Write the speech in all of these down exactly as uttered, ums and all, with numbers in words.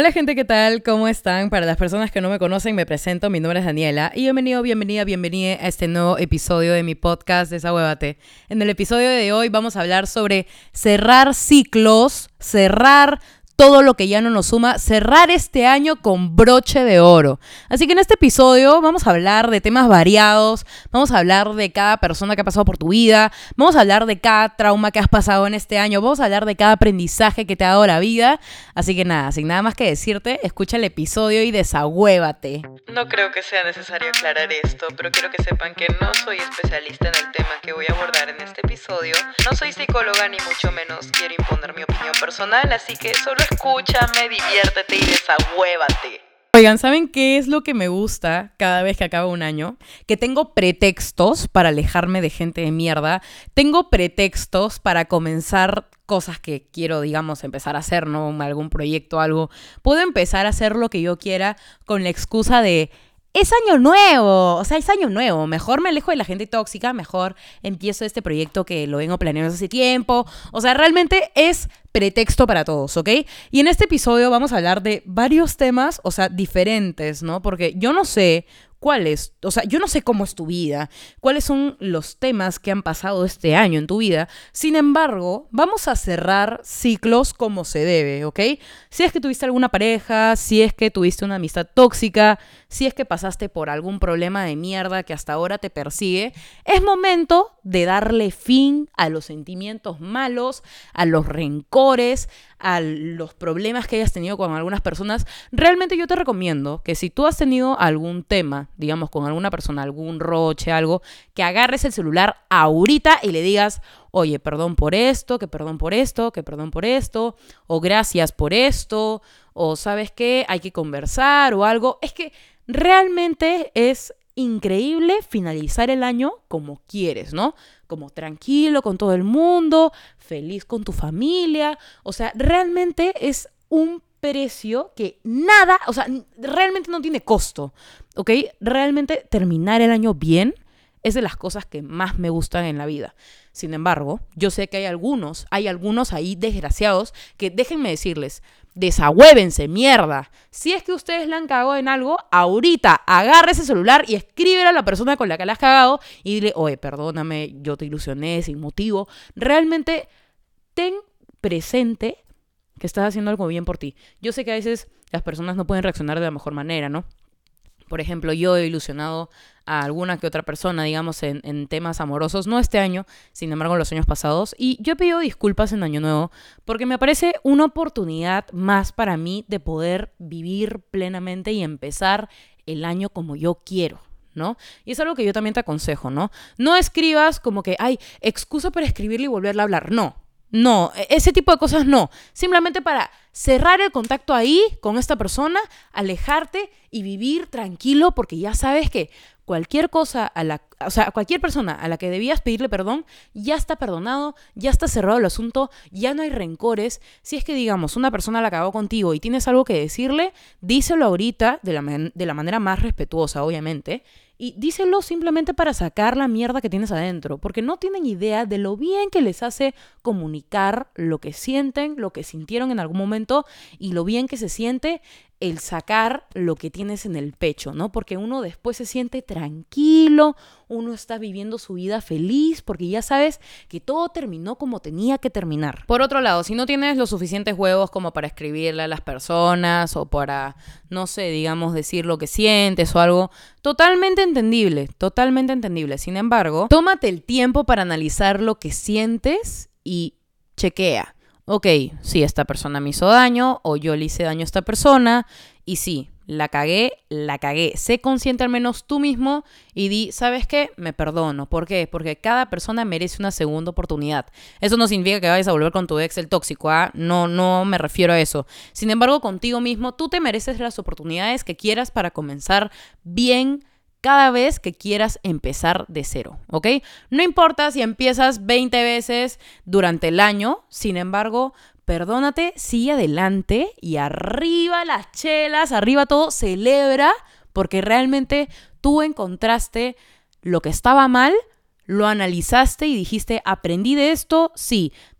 Hola gente, ¿qué tal? ¿Cómo están? Para las personas que no me conocen, me presento, mi nombre es Daniela y bienvenido, bienvenida, bienvenida a este nuevo episodio de mi podcast Desahuévate. En el episodio de hoy vamos a hablar sobre cerrar ciclos, cerrar todo lo que ya no nos suma, cerrar este año con broche de oro. Así que en este episodio vamos a hablar de temas variados, vamos a hablar de cada persona que ha pasado por tu vida, vamos a hablar de cada trauma que has pasado en este año, vamos a hablar de cada aprendizaje que te ha dado la vida. Así que nada, sin nada más que decirte, escucha el episodio y desahuévate. No creo que sea necesario aclarar esto, pero quiero que sepan que no soy especialista en el tema que voy a abordar en este episodio. No soy psicóloga ni mucho menos quiero imponer mi opinión personal, así que solo escúchame, diviértete y desahuévate. Oigan, ¿saben qué es lo que me gusta cada vez que acaba un año? Que tengo pretextos para alejarme de gente de mierda. Tengo pretextos para comenzar cosas que quiero, digamos, empezar a hacer, ¿no? Algún proyecto, algo. Puedo empezar a hacer lo que yo quiera con la excusa de... Es año nuevo, o sea, es año nuevo. Mejor me alejo de la gente tóxica, mejor empiezo este proyecto que lo vengo planeando hace tiempo. O sea, realmente es pretexto para todos, ¿ok? Y en este episodio vamos a hablar de varios temas, o sea, diferentes, ¿no? Porque yo no sé cuál es, o sea, yo no sé cómo es tu vida, cuáles son los temas que han pasado este año en tu vida. Sin embargo, vamos a cerrar ciclos como se debe, ¿ok? Si es que tuviste alguna pareja, si es que tuviste una amistad tóxica, si es que pasaste por algún problema de mierda que hasta ahora te persigue, es momento de darle fin a los sentimientos malos, a los rencores, a los problemas que hayas tenido con algunas personas. Realmente yo te recomiendo que si tú has tenido algún tema, digamos, con alguna persona, algún roche, algo, que agarres el celular ahorita y le digas, oye, perdón por esto, que perdón por esto, que perdón por esto, o gracias por esto, o ¿sabes qué? Hay que conversar o algo. Es que realmente es increíble finalizar el año como quieres, ¿no? Como tranquilo con todo el mundo, feliz con tu familia. O sea, realmente es un precio que nada, o sea, realmente no tiene costo, ¿ok? Realmente terminar el año bien es de las cosas que más me gustan en la vida. Sin embargo, yo sé que hay algunos, hay algunos ahí desgraciados que, déjenme decirles, desahuévense, mierda. Si es que ustedes la han cagado en algo, ahorita agarre ese celular y escríbele a la persona con la que la has cagado y dile, oye, perdóname, yo te ilusioné sin motivo. Realmente ten presente que estás haciendo algo bien por ti. Yo sé que a veces las personas no pueden reaccionar de la mejor manera, ¿no? Por ejemplo, yo he ilusionado a alguna que otra persona, digamos, en, en temas amorosos, no este año, sin embargo, en los años pasados. Y yo he pedido disculpas en Año Nuevo porque me parece una oportunidad más para mí de poder vivir plenamente y empezar el año como yo quiero, ¿no? Y es algo que yo también te aconsejo, ¿no? No escribas como que, ay, excusa para escribirle y volverle a hablar. No. No, ese tipo de cosas no. Simplemente para cerrar el contacto ahí con esta persona, alejarte y vivir tranquilo porque ya sabes que cualquier cosa a la, o sea, cualquier persona a la que debías pedirle perdón ya está perdonado, ya está cerrado el asunto, ya no hay rencores. Si es que, digamos, una persona la cagó contigo y tienes algo que decirle, díselo ahorita de la, man- de la manera más respetuosa, obviamente. Y díselo simplemente para sacar la mierda que tienes adentro, porque no tienen idea de lo bien que les hace comunicar lo que sienten, lo que sintieron en algún momento y lo bien que se siente el sacar lo que tienes en el pecho, ¿no? Porque uno después se siente tranquilo, uno está viviendo su vida feliz porque ya sabes que todo terminó como tenía que terminar. Por otro lado, si no tienes los suficientes huevos como para escribirle a las personas o para, no sé, digamos, decir lo que sientes o algo, totalmente entendible, totalmente entendible. Sin embargo, tómate el tiempo para analizar lo que sientes y chequea. Ok, sí, esta persona me hizo daño o yo le hice daño a esta persona y sí, la cagué, la cagué. Sé consciente al menos tú mismo y di, ¿sabes qué? Me perdono. ¿Por qué? Porque cada persona merece una segunda oportunidad. Eso no significa que vayas a volver con tu ex el tóxico, ¿ah? No, no me refiero a eso. Sin embargo, contigo mismo, tú te mereces las oportunidades que quieras para comenzar bien cada vez que quieras empezar de cero, ¿ok? No importa si empiezas veinte veces durante el año, sin embargo, perdónate, sigue adelante y arriba las chelas, arriba todo, celebra, porque realmente tú encontraste lo que estaba mal, lo analizaste y dijiste, aprendí de esto, sí,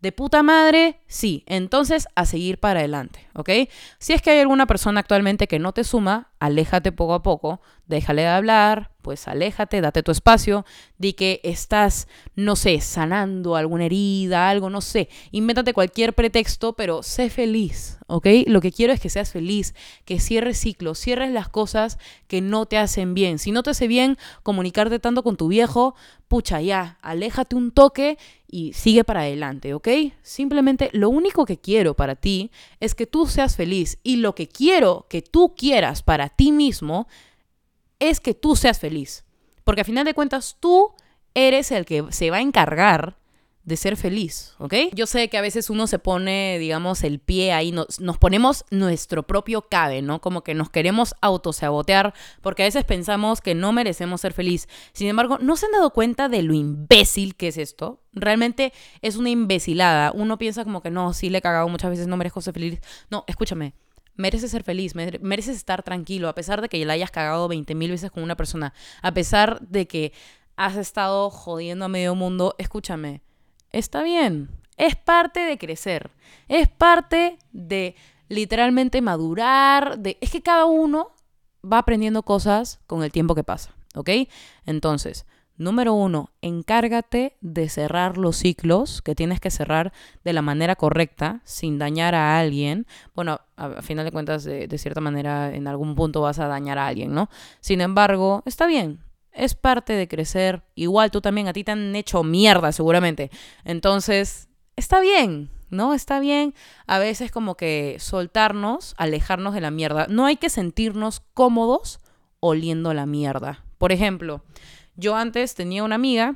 de puta madre, sí, entonces a seguir para adelante, ¿ok? Si es que hay alguna persona actualmente que no te suma, aléjate poco a poco, déjale de hablar, pues aléjate, date tu espacio, di que estás, no sé, sanando alguna herida, algo, no sé, invéntate cualquier pretexto, pero sé feliz, ¿ok? Lo que quiero es que seas feliz, que cierres ciclos, cierres las cosas que no te hacen bien. Si no te hace bien comunicarte tanto con tu viejo, pucha, ya, aléjate un toque y sigue para adelante, ¿ok? Simplemente lo único que quiero para ti es que tú seas feliz y lo que quiero que tú quieras para ti mismo es que tú seas feliz. Porque a final de cuentas tú eres el que se va a encargar de ser feliz, ¿ok? Yo sé que a veces uno se pone, digamos, el pie ahí, nos, nos ponemos nuestro propio cabe, ¿no? Como que nos queremos autosabotear porque a veces pensamos que no merecemos ser feliz. Sin embargo, ¿no se han dado cuenta de lo imbécil que es esto? Realmente es una imbecilada. Uno piensa como que no, sí le he cagado muchas veces, no merezco ser feliz. No, escúchame. Mereces ser feliz, mereces estar tranquilo, a pesar de que la hayas cagado veinte mil veces con una persona, a pesar de que has estado jodiendo a medio mundo, escúchame. Está bien, es parte de crecer, es parte de literalmente madurar, de... es que cada uno va aprendiendo cosas con el tiempo que pasa, ¿ok? Entonces, número uno, encárgate de cerrar los ciclos que tienes que cerrar de la manera correcta, sin dañar a alguien. Bueno, a, a final de cuentas, de, de cierta manera, en algún punto vas a dañar a alguien, ¿no? Sin embargo, está bien. Es parte de crecer. Igual tú también, a ti te han hecho mierda seguramente. Entonces, está bien, ¿no? Está bien a veces como que soltarnos, alejarnos de la mierda. No hay que sentirnos cómodos oliendo la mierda. Por ejemplo, yo antes tenía una amiga.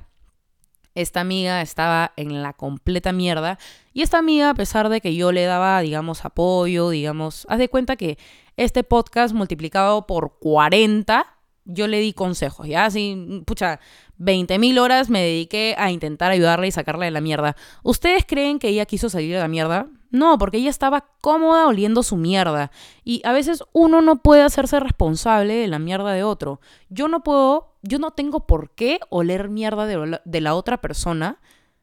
Esta amiga estaba en la completa mierda. Y esta amiga, a pesar de que yo le daba, digamos, apoyo, digamos... Haz de cuenta que este podcast multiplicado por cuarenta... yo le di consejos, ¿ya? Así, pucha, veinte mil horas me dediqué a intentar ayudarle y sacarla de la mierda. ¿Ustedes creen que ella quiso salir de la mierda? No, porque ella estaba cómoda oliendo su mierda. Y a veces uno no puede hacerse responsable de la mierda de otro. Yo no puedo, yo no tengo por qué oler mierda de la, de la otra persona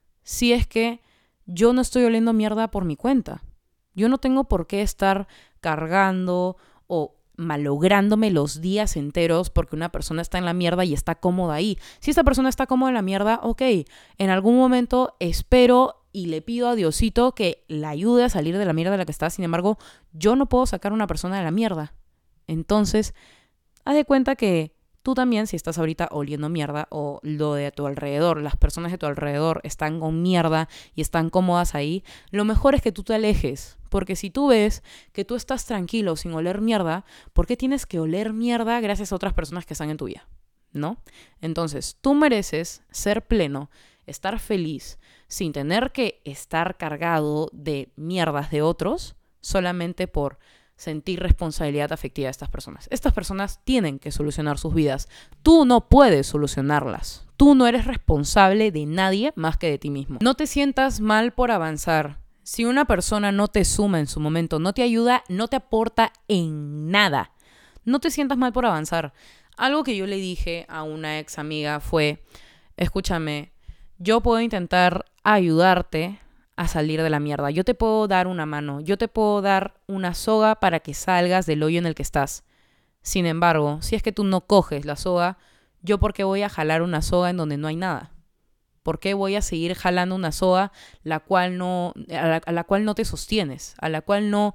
si es que yo no estoy oliendo mierda por mi cuenta. Yo no tengo por qué estar cargando o malográndome los días enteros porque una persona está en la mierda y está cómoda ahí. Si esta persona está cómoda en la mierda, ok, en algún momento espero y le pido a Diosito que la ayude a salir de la mierda en la que está. Sin embargo, yo no puedo sacar a una persona de la mierda. Entonces, haz de cuenta que tú también, si estás ahorita oliendo mierda o lo de a tu alrededor, las personas de tu alrededor están con mierda y están cómodas ahí, lo mejor es que tú te alejes. Porque si tú ves que tú estás tranquilo sin oler mierda, ¿por qué tienes que oler mierda gracias a otras personas que están en tu vida? ¿No? Entonces, tú mereces ser pleno, estar feliz, sin tener que estar cargado de mierdas de otros, solamente por sentir responsabilidad afectiva de estas personas. Estas personas tienen que solucionar sus vidas. Tú no puedes solucionarlas. Tú no eres responsable de nadie más que de ti mismo. No te sientas mal por avanzar. Si una persona no te suma en su momento, no te ayuda, no te aporta en nada, no te sientas mal por avanzar. Algo que yo le dije a una ex amiga fue, escúchame, yo puedo intentar ayudarte a salir de la mierda. Yo te puedo dar una mano, yo te puedo dar una soga para que salgas del hoyo en el que estás. Sin embargo, si es que tú no coges la soga, ¿yo por qué voy a jalar una soga en donde no hay nada? ¿Por qué voy a seguir jalando una soga la cual no, a, la, a la cual no te sostienes? A la cual no,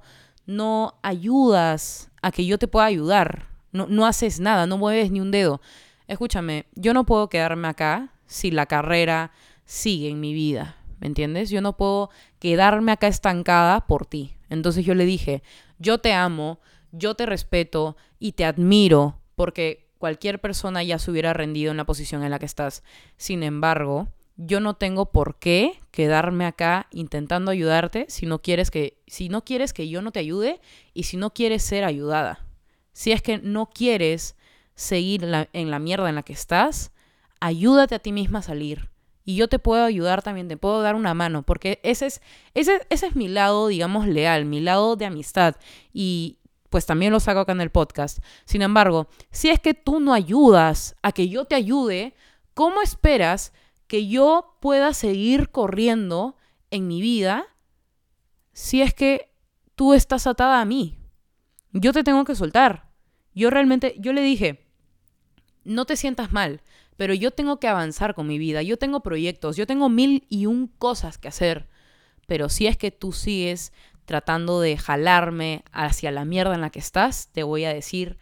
no ayudas a que yo te pueda ayudar. No, no haces nada, no mueves ni un dedo. Escúchame, yo no puedo quedarme acá si la carrera sigue en mi vida. ¿Me entiendes? Yo no puedo quedarme acá estancada por ti. Entonces yo le dije, yo te amo, yo te respeto y te admiro porque cualquier persona ya se hubiera rendido en la posición en la que estás. Sin embargo, yo no tengo por qué quedarme acá intentando ayudarte si no quieres que, si no quieres que yo no te ayude y si no quieres ser ayudada. Si es que no quieres seguir la, en la mierda en la que estás, ayúdate a ti misma a salir. Y yo te puedo ayudar también, te puedo dar una mano, porque ese es, ese, ese es mi lado, digamos, leal, mi lado de amistad. Y pues también lo saco acá en el podcast. Sin embargo, si es que tú no ayudas a que yo te ayude, ¿cómo esperas que yo pueda seguir corriendo en mi vida si es que tú estás atada a mí? Yo te tengo que soltar. Yo realmente, yo le dije, no te sientas mal, pero yo tengo que avanzar con mi vida. Yo tengo proyectos, yo tengo mil y un cosas que hacer. Pero si es que tú sigues tratando de jalarme hacia la mierda en la que estás, te voy a decir,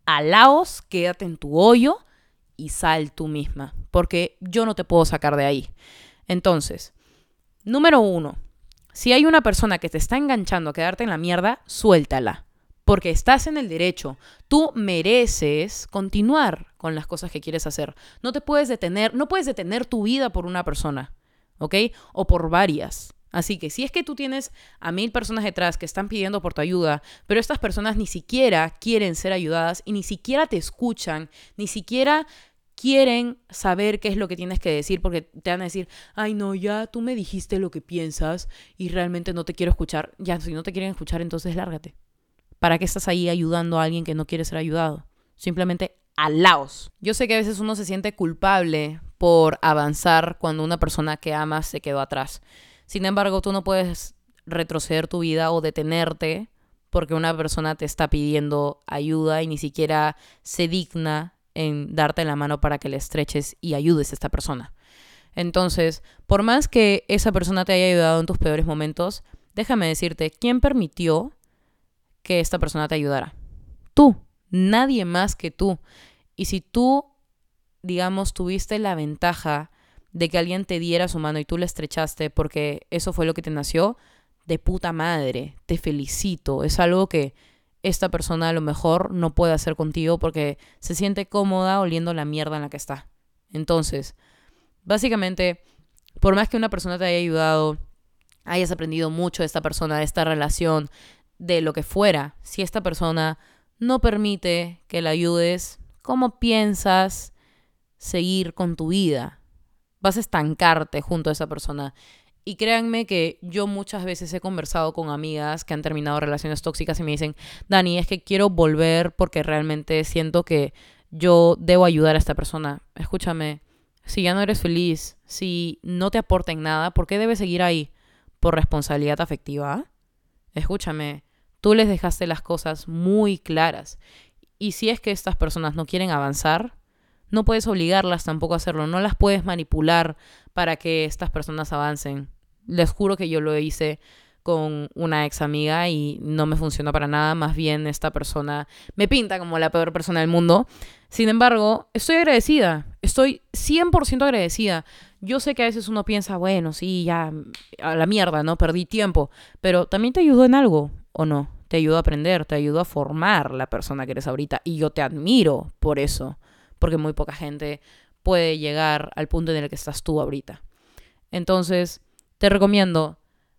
alaos, quédate en tu hoyo y sal tú misma, porque yo no te puedo sacar de ahí. Entonces, número uno, si hay una persona que te está enganchando a quedarte en la mierda, suéltala, porque estás en el derecho. Tú mereces continuar con las cosas que quieres hacer. No te puedes detener, no puedes detener tu vida por una persona, ¿ok? O por varias. Así que si es que tú tienes a mil personas detrás que están pidiendo por tu ayuda, pero estas personas ni siquiera quieren ser ayudadas y ni siquiera te escuchan, ni siquiera quieren saber qué es lo que tienes que decir, porque te van a decir, ay no, ya tú me dijiste lo que piensas y realmente no te quiero escuchar. Ya, si no te quieren escuchar, entonces lárgate. ¿Para qué estás ahí ayudando a alguien que no quiere ser ayudado? Simplemente alaos. Yo sé que a veces uno se siente culpable por avanzar cuando una persona que amas se quedó atrás. Sin embargo, tú no puedes retroceder tu vida o detenerte porque una persona te está pidiendo ayuda y ni siquiera se digna en darte la mano para que le estreches y ayudes a esta persona. Entonces, por más que esa persona te haya ayudado en tus peores momentos, déjame decirte, ¿quién permitió que esta persona te ayudara? Tú, nadie más que tú. Y si tú, digamos, tuviste la ventaja de que alguien te diera su mano y tú la estrechaste porque eso fue lo que te nació, de puta madre, te felicito. Es algo que esta persona a lo mejor no puede hacer contigo porque se siente cómoda oliendo la mierda en la que está. Entonces, básicamente, por más que una persona te haya ayudado, hayas aprendido mucho de esta persona, de esta relación, de lo que fuera, si esta persona no permite que la ayudes, ¿cómo piensas seguir con tu vida? Vas a estancarte junto a esa persona. Y créanme que yo muchas veces he conversado con amigas que han terminado relaciones tóxicas y me dicen, Dani, es que quiero volver porque realmente siento que yo debo ayudar a esta persona. Escúchame, si ya no eres feliz, si no te aporta en nada, ¿por qué debes seguir ahí? ¿Por responsabilidad afectiva? Escúchame, tú les dejaste las cosas muy claras. Y si es que estas personas no quieren avanzar, no puedes obligarlas tampoco a hacerlo. No las puedes manipular para que estas personas avancen. Les juro que yo lo hice con una ex amiga y no me funcionó para nada. Más bien esta persona me pinta como la peor persona del mundo. Sin embargo, estoy agradecida. Estoy cien por ciento agradecida. Yo sé que a veces uno piensa, bueno, sí, ya a la mierda, ¿no? Perdí tiempo. Pero también te ayudó en algo, ¿o no? Te ayudó a aprender, te ayudó a formar la persona que eres ahorita. Y yo te admiro por eso. Porque muy poca gente puede llegar al punto en el que estás tú ahorita. Entonces, te recomiendo,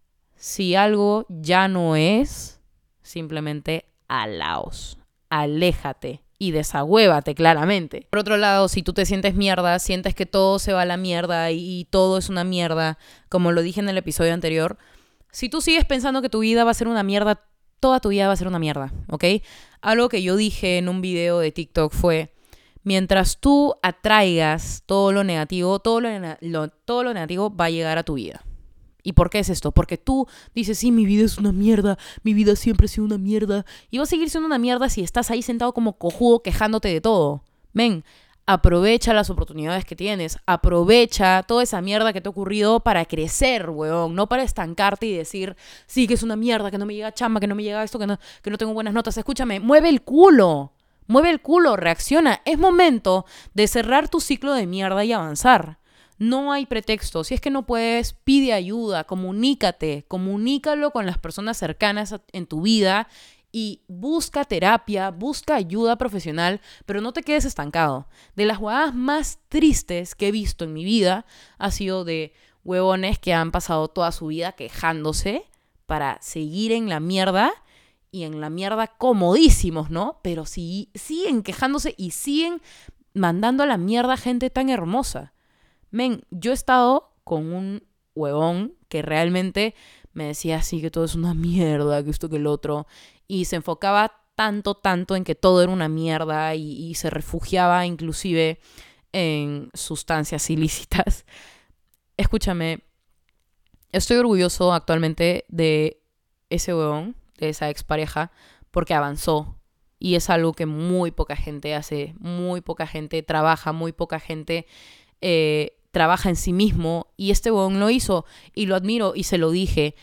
si algo ya no es, simplemente alaos, aléjate y desagüévate claramente. Por otro lado, si tú te sientes mierda, sientes que todo se va a la mierda y, y todo es una mierda, como lo dije en el episodio anterior, si tú sigues pensando que tu vida va a ser una mierda, toda tu vida va a ser una mierda, ¿ok? Algo que yo dije en un video de TikTok fue, mientras tú atraigas todo lo negativo, todo lo, lo, todo lo negativo va a llegar a tu vida. ¿Y por qué es esto? Porque tú dices, sí, mi vida es una mierda, mi vida siempre ha sido una mierda. Y va a seguir siendo una mierda si estás ahí sentado como cojudo quejándote de todo. Ven, aprovecha las oportunidades que tienes. Aprovecha toda esa mierda que te ha ocurrido para crecer, weón. No para estancarte y decir, sí, que es una mierda, que no me llega chamba, que no me llega esto, que no, que no tengo buenas notas. Escúchame, mueve el culo. Mueve el culo, reacciona. Es momento de cerrar tu ciclo de mierda y avanzar. No hay pretexto. Si es que no puedes, pide ayuda, comunícate, comunícalo con las personas cercanas en tu vida y busca terapia, busca ayuda profesional, pero no te quedes estancado. De las jugadas más tristes que he visto en mi vida ha sido de huevones que han pasado toda su vida quejándose para seguir en la mierda y en la mierda comodísimos, ¿no? Pero sí, siguen quejándose y siguen mandando a la mierda gente tan hermosa. Men, yo he estado con un huevón que realmente me decía así que todo es una mierda, que esto, que el otro, y se enfocaba tanto, tanto en que todo era una mierda y, y se refugiaba inclusive en sustancias ilícitas. Escúchame, estoy orgulloso actualmente de ese huevón, de esa expareja, porque avanzó. Y es algo que muy poca gente hace, muy poca gente trabaja, muy poca gente eh, trabaja en sí mismo. Y este huevón lo hizo y lo admiro y se lo dije.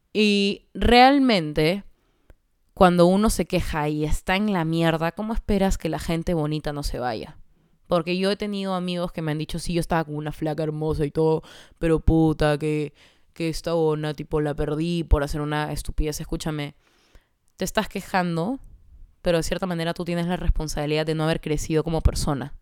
Y realmente, cuando uno se queja y está en la mierda, ¿cómo esperas que la gente bonita no se vaya? Porque yo he tenido amigos que me han dicho, sí, yo estaba con una flaca hermosa y todo, pero puta, que, que esta bona, tipo, la perdí por hacer una estupidez. Escúchame, te estás quejando, pero de cierta manera tú tienes la responsabilidad de no haber crecido como persona.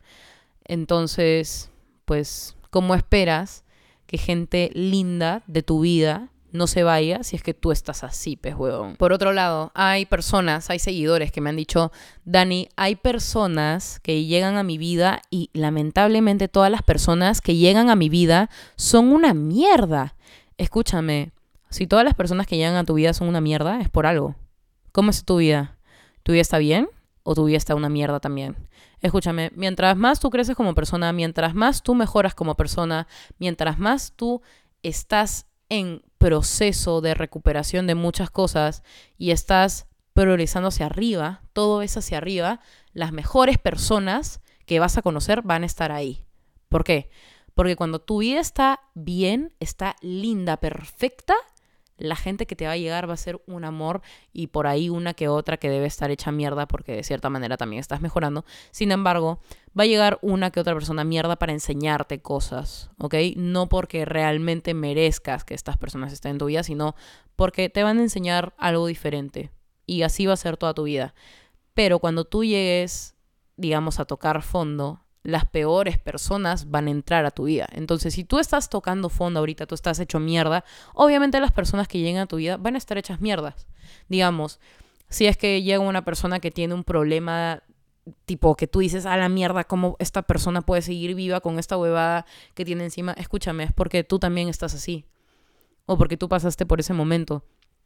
Entonces, pues, ¿cómo esperas que gente linda de tu vida no se vaya si es que tú estás así, pez huevón? Por otro lado, hay personas, hay seguidores que me han dicho, Dani, hay personas que llegan a mi vida y lamentablemente todas las personas que llegan a mi vida son una mierda. Escúchame, si todas las personas que llegan a tu vida son una mierda, es por algo. ¿Cómo es tu vida? ¿Tu vida está bien o tu vida está una mierda también? Escúchame, mientras más tú creces como persona, mientras más tú mejoras como persona, mientras más tú estás en proceso de recuperación de muchas cosas y estás progresando hacia arriba, todo es hacia arriba, las mejores personas que vas a conocer van a estar ahí. ¿Por qué? Porque cuando tu vida está bien, está linda, perfecta, la gente que te va a llegar va a ser un amor y por ahí una que otra que debe estar hecha mierda porque de cierta manera también estás mejorando. Sin embargo, va a llegar una que otra persona mierda para enseñarte cosas, ¿ok? No porque realmente merezcas que estas personas estén en tu vida, sino porque te van a enseñar algo diferente. Y así va a ser toda tu vida. Pero cuando tú llegues, digamos, a tocar fondo, las peores personas van a entrar a tu vida. Entonces, si tú estás tocando fondo ahorita, tú estás hecho mierda, obviamente las personas que lleguen a tu vida van a estar hechas mierdas. Digamos, si es que llega una persona que tiene un problema tipo que tú dices, a la mierda, ¿cómo esta persona puede seguir viva con esta huevada que tiene encima? Escúchame, es porque tú también estás así. O porque tú pasaste por ese momento.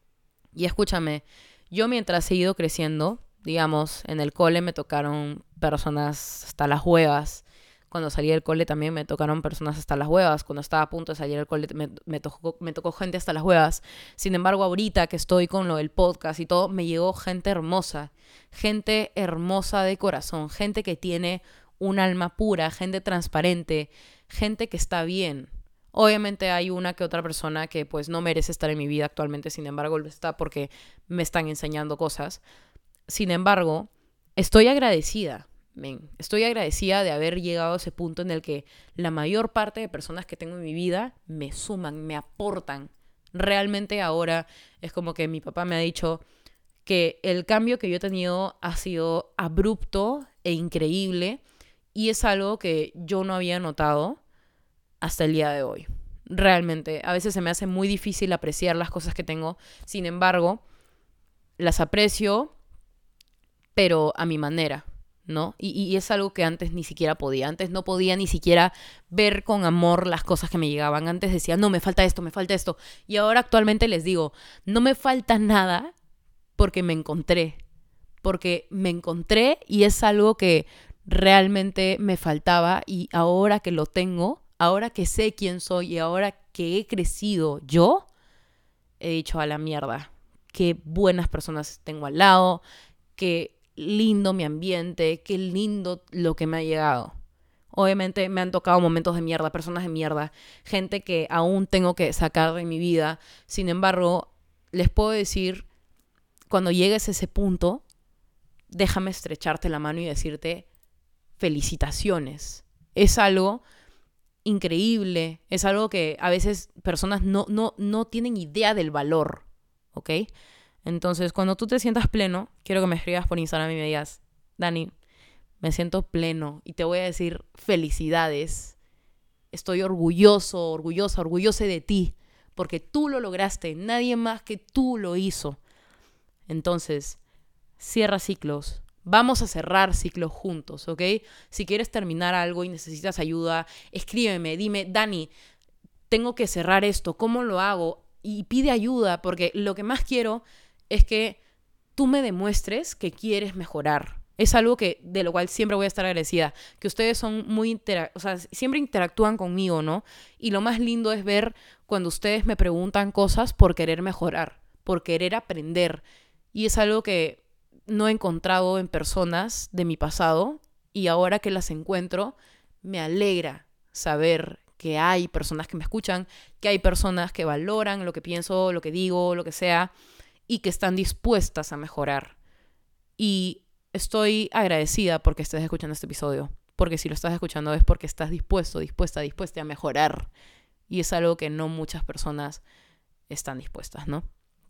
Y escúchame, yo mientras he ido creciendo, digamos, en el cole me tocaron personas hasta las huevas. Cuando salí del cole también me tocaron personas hasta las huevas. Cuando estaba a punto de salir del cole me, me, tocó, me tocó gente hasta las huevas. Sin embargo, ahorita que estoy con lo del podcast y todo, me llegó gente hermosa. Gente hermosa de corazón. Gente que tiene un alma pura. Gente transparente. Gente que está bien. Obviamente hay una que otra persona que pues no merece estar en mi vida actualmente. Sin embargo, lo está porque me están enseñando cosas. Sin embargo, estoy agradecida, men. Estoy agradecida de haber llegado a ese punto en el que la mayor parte de personas que tengo en mi vida me suman, me aportan. Realmente ahora es como que mi papá me ha dicho que el cambio que yo he tenido ha sido abrupto e increíble y es algo que yo no había notado hasta el día de hoy. Realmente, a veces se me hace muy difícil apreciar las cosas que tengo. Sin embargo, las aprecio, pero a mi manera, ¿no? Y, y es algo que antes ni siquiera podía. Antes no podía ni siquiera ver con amor las cosas que me llegaban. Antes decía, no, me falta esto, me falta esto. Y ahora actualmente les digo, no me falta nada porque me encontré. Porque me encontré y es algo que realmente me faltaba. Y ahora que lo tengo, ahora que sé quién soy y ahora que he crecido yo, he dicho, a la mierda, qué buenas personas tengo al lado, qué lindo mi ambiente, qué lindo lo que me ha llegado. Obviamente me han tocado momentos de mierda, personas de mierda, gente que aún tengo que sacar de mi vida. Sin embargo, les puedo decir, cuando llegues a ese punto, déjame estrecharte la mano y decirte felicitaciones. Es algo increíble, es algo que a veces personas no, no, no tienen idea del valor, ¿ok? Entonces, cuando tú te sientas pleno, quiero que me escribas por Instagram y me digas, Dani, me siento pleno y te voy a decir felicidades. Estoy orgulloso, orgullosa, orgullosa de ti, porque tú lo lograste, nadie más que tú lo hizo. Entonces, cierra ciclos. Vamos a cerrar ciclos juntos, ¿ok? Si quieres terminar algo y necesitas ayuda, escríbeme, dime, Dani, tengo que cerrar esto, ¿cómo lo hago? Y pide ayuda, porque lo que más quiero es que tú me demuestres que quieres mejorar, Es algo que, de lo cual siempre voy a estar agradecida. Que ustedes son muy, intera- o sea, siempre interactúan conmigo, ¿no? Y lo más lindo es ver cuando ustedes me preguntan cosas por querer mejorar, por querer aprender. Y es algo que no he encontrado en personas de mi pasado y ahora que las encuentro, me alegra saber que hay personas que me escuchan, que hay personas que valoran lo que pienso, lo que digo, lo que sea, y que están dispuestas a mejorar. Y estoy agradecida porque estés escuchando este episodio, porque si lo estás escuchando es porque estás dispuesto, dispuesta, dispuesta a mejorar. Y es algo que no muchas personas están dispuestas, ¿no?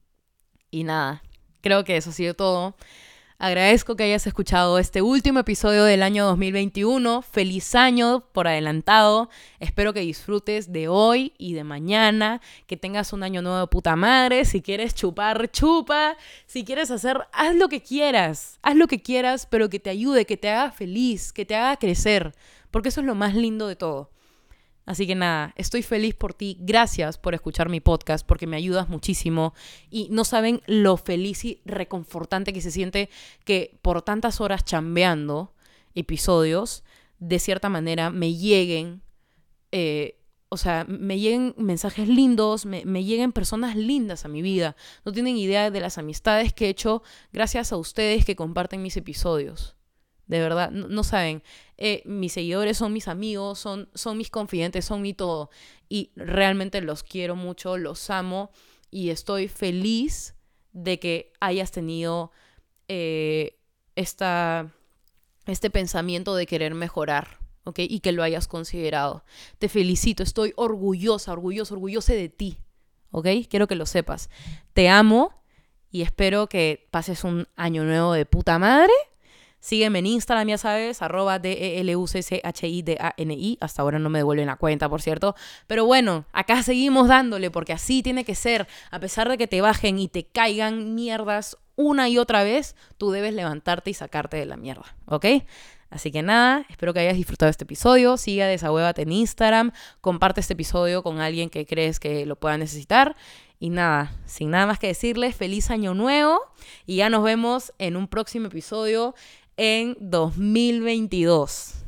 Y nada, creo que eso ha sido todo. Agradezco que hayas escuchado este último episodio del año dos mil veintiuno. Feliz año por adelantado. Espero que disfrutes de hoy y de mañana. Que tengas un año nuevo de puta madre. Si quieres chupar, chupa. Si quieres hacer, haz lo que quieras. Haz lo que quieras, pero que te ayude, que te haga feliz, que te haga crecer. Porque eso es lo más lindo de todo. Así que nada, estoy feliz por ti. Gracias por escuchar mi podcast porque me ayudas muchísimo. Y no saben lo feliz y reconfortante que se siente que por tantas horas chambeando episodios, de cierta manera me lleguen, eh, o sea, me lleguen mensajes lindos, me, me lleguen personas lindas a mi vida. No tienen idea de las amistades que he hecho gracias a ustedes que comparten mis episodios. De verdad, no, no saben, eh, mis seguidores son mis amigos, son, son mis confidentes, son mi todo. Y realmente los quiero mucho, los amo y estoy feliz de que hayas tenido eh, esta, este pensamiento de querer mejorar, ¿ok? Y que lo hayas considerado. Te felicito, estoy orgullosa, orgullosa, orgullosa de ti, ¿ok? Quiero que lo sepas. Te amo y espero que pases un año nuevo de puta madre. Sígueme en Instagram, ya sabes, arroba D E L U C C H I D A N I. Hasta ahora no me devuelven la cuenta, por cierto. Pero bueno, acá seguimos dándole porque así tiene que ser. A pesar de que te bajen y te caigan mierdas una y otra vez, tú debes levantarte y sacarte de la mierda, ¿ok? Así que nada, espero que hayas disfrutado de este episodio. Sigue a Desahuévate en Instagram. Comparte este episodio con alguien que crees que lo pueda necesitar. Y nada, sin nada más que decirles, feliz año nuevo. Y ya nos vemos en un próximo episodio en dos mil veintidós.